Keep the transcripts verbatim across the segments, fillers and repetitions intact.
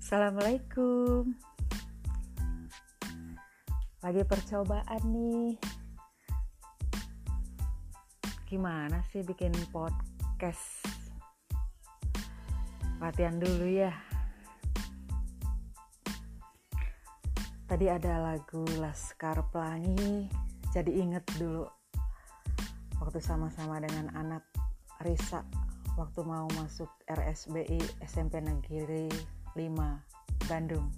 Assalamualaikum. Lagi percobaan nih. Gimana sih bikin podcast? Latihan dulu ya. Tadi ada lagu Laskar Pelangi, jadi inget dulu waktu sama-sama dengan anak Risa waktu mau masuk R S B I S M P Negeri lima Bandung.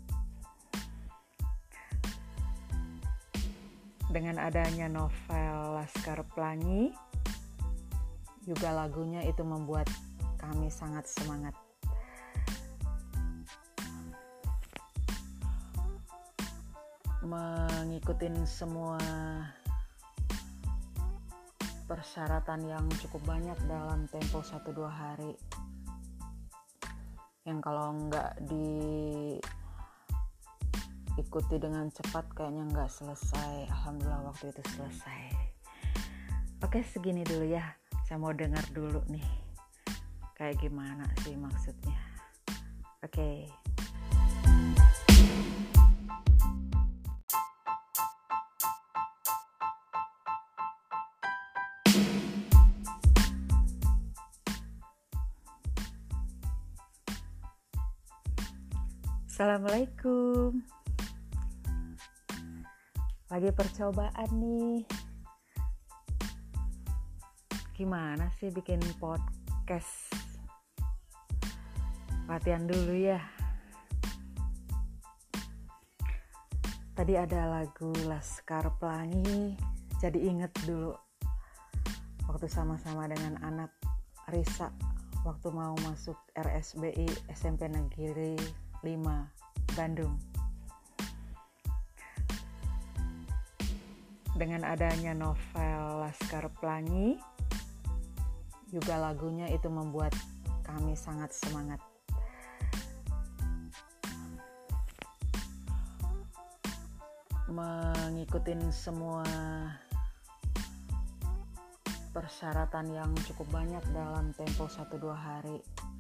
Dengan adanya novel Laskar Pelangi, juga lagunya itu membuat kami sangat semangat. Mengikuti semua persyaratan yang cukup banyak dalam tempo satu dua hari, yang kalau nggak diikuti dengan cepat kayaknya nggak selesai. Alhamdulillah waktu itu selesai. Oke, segini dulu ya, saya mau dengar dulu nih kayak gimana sih maksudnya. Oke. Assalamualaikum. Lagi percobaan nih. Gimana sih bikin podcast? Latihan dulu ya. Tadi ada lagu Laskar Pelangi, jadi inget dulu waktu sama-sama dengan anak Risa waktu mau masuk R S B I S M P Negeri lima Bandung. Dengan adanya novel Laskar Pelangi, juga lagunya itu membuat kami sangat semangat. Mengikuti semua persyaratan yang cukup banyak dalam tempo satu dua hari,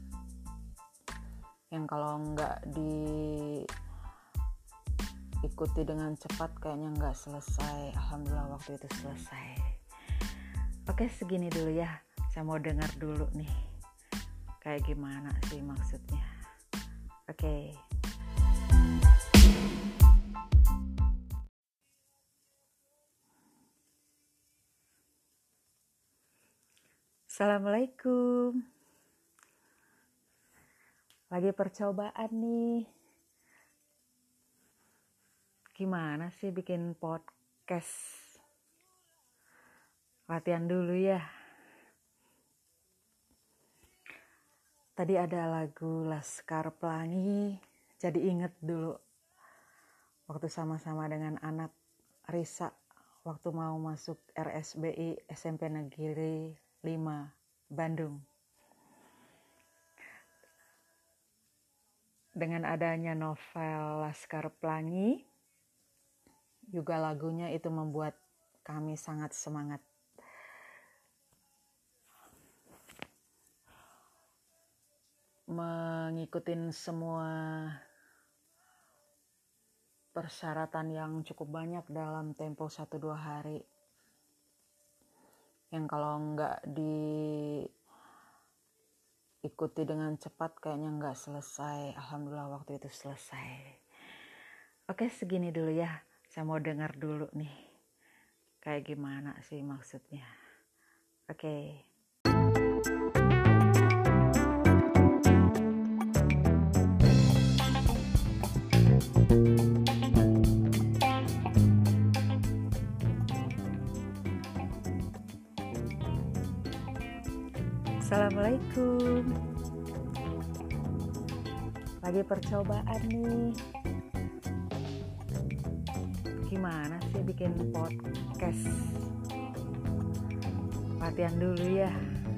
yang kalau nggak diikuti dengan cepat kayaknya nggak selesai. Alhamdulillah waktu itu selesai. Oke, segini dulu ya, saya mau dengar dulu nih kayak gimana sih maksudnya. Oke. Assalamualaikum. Lagi percobaan nih. Gimana sih bikin podcast? Latihan dulu ya. Tadi ada lagu Laskar Pelangi, jadi inget dulu waktu sama-sama dengan anak Risa waktu mau masuk R S B I S M P Negeri lima Bandung. Dengan adanya novel Laskar Pelangi, juga lagunya itu membuat kami sangat semangat. Mengikuti semua persyaratan yang cukup banyak dalam tempo satu dua hari, yang kalau nggak diikuti dengan cepat kayaknya nggak selesai. Alhamdulillah waktu itu selesai. Oke, segini dulu ya, saya mau dengar dulu nih kayak gimana sih maksudnya. Oke. Assalamualaikum. Lagi percobaan nih. Gimana sih bikin podcast? Latihan dulu ya.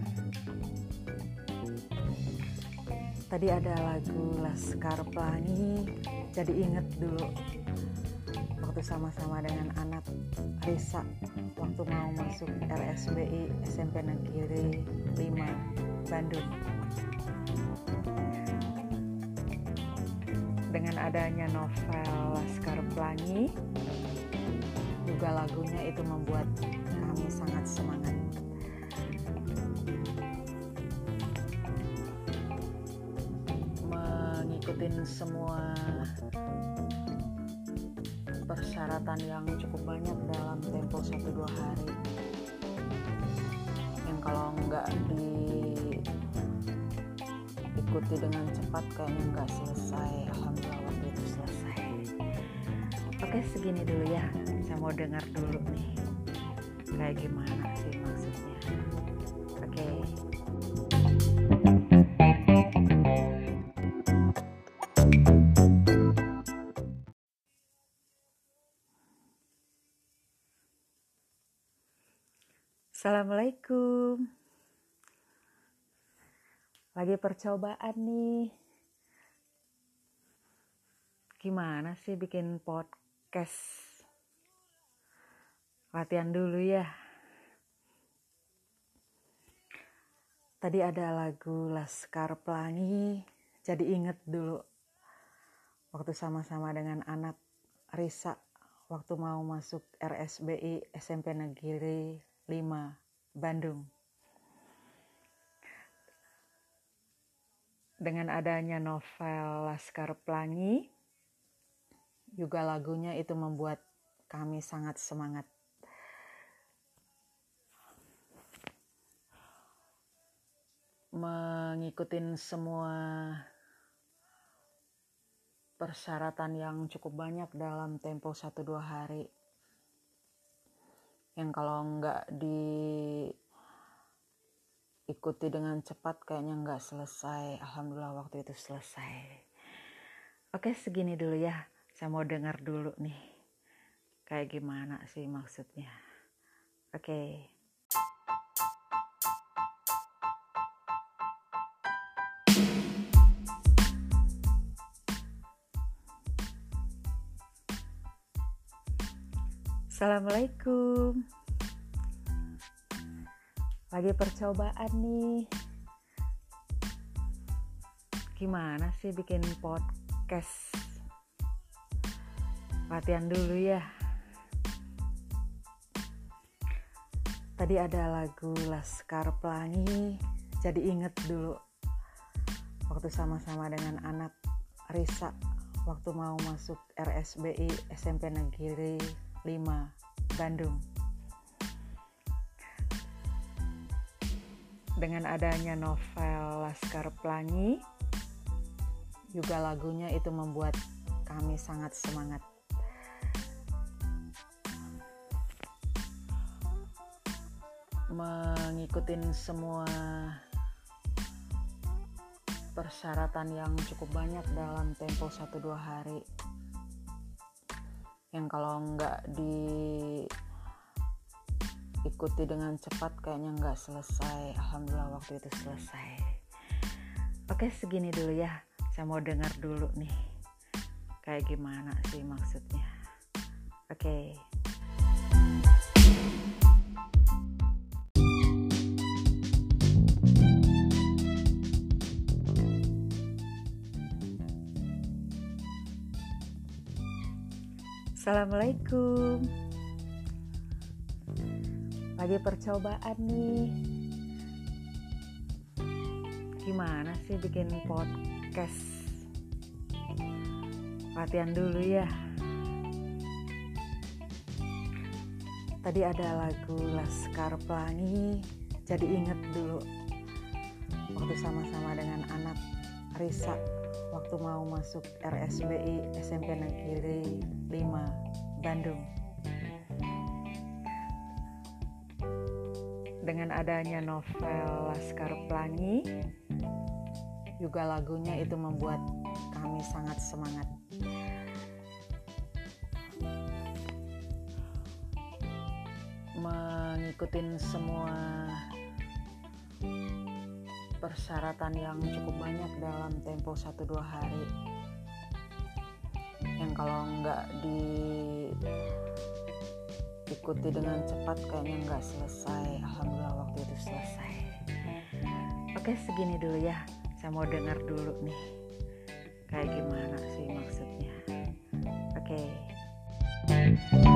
Tadi ada lagu Laskar Pelangi, jadi inget dulu waktu sama-sama dengan anak Risa waktu mau masuk R S B I S M P Negeri lima Bandung. adanya novel Laskar Pelangi, juga lagunya itu membuat kami sangat semangat. Mengikuti semua persyaratan yang cukup banyak dalam tempo satu dua hari, yang kalau nggak diikuti dengan cepat kayaknya nggak selesai. Alhamdulillah waktu itu selesai. Oke, segini dulu ya, saya mau dengar dulu nih kayak gimana sih maksudnya. Oke. Assalamualaikum. Lagi percobaan nih. Gimana sih bikin podcast? Latihan dulu ya. Tadi ada lagu Laskar Pelangi, jadi inget dulu waktu sama-sama dengan anak Risa waktu mau masuk R S B I S M P Negeri lima Bandung. Dengan adanya novel Laskar Pelangi, juga lagunya itu membuat kami sangat semangat. Mengikuti semua persyaratan yang cukup banyak dalam tempo satu dua hari, yang kalau nggak diikuti dengan cepat kayaknya nggak selesai. Alhamdulillah waktu itu selesai. Oke, segini dulu ya, saya mau dengar dulu nih kayak gimana sih maksudnya. Oke. Assalamualaikum. Lagi percobaan nih. Gimana sih bikin podcast? Latihan dulu ya. Tadi ada lagu Laskar Pelangi, jadi inget dulu waktu sama-sama dengan anak Risa waktu mau masuk R S B I S M P Negeri lima Bandung. Dengan adanya novel Laskar Pelangi, juga lagunya itu membuat kami sangat semangat. Mengikuti semua persyaratan yang cukup banyak dalam tempo satu dua hari, yang kalau nggak diikuti dengan cepat kayaknya nggak selesai. Alhamdulillah waktu itu selesai. Oke, segini dulu ya, saya mau dengar dulu nih kayak gimana sih maksudnya. Oke. Assalamualaikum. Lagi percobaan nih. Gimana sih bikin podcast? Latihan dulu ya. Tadi ada lagu Laskar Pelangi, jadi inget dulu waktu sama-sama dengan anak Risa waktu mau masuk R S B I S M P Negeri lima Bandung. Dengan adanya novel Laskar Pelangi, juga lagunya itu membuat kami sangat semangat. Mengikuti semua persyaratan yang cukup banyak dalam tempo satu dua hari, yang kalau nggak diikuti dengan cepat kayaknya nggak selesai. Alhamdulillah waktu itu selesai. Oke, segini dulu ya, saya mau dengar dulu nih kayak gimana sih maksudnya. Oke. Okay.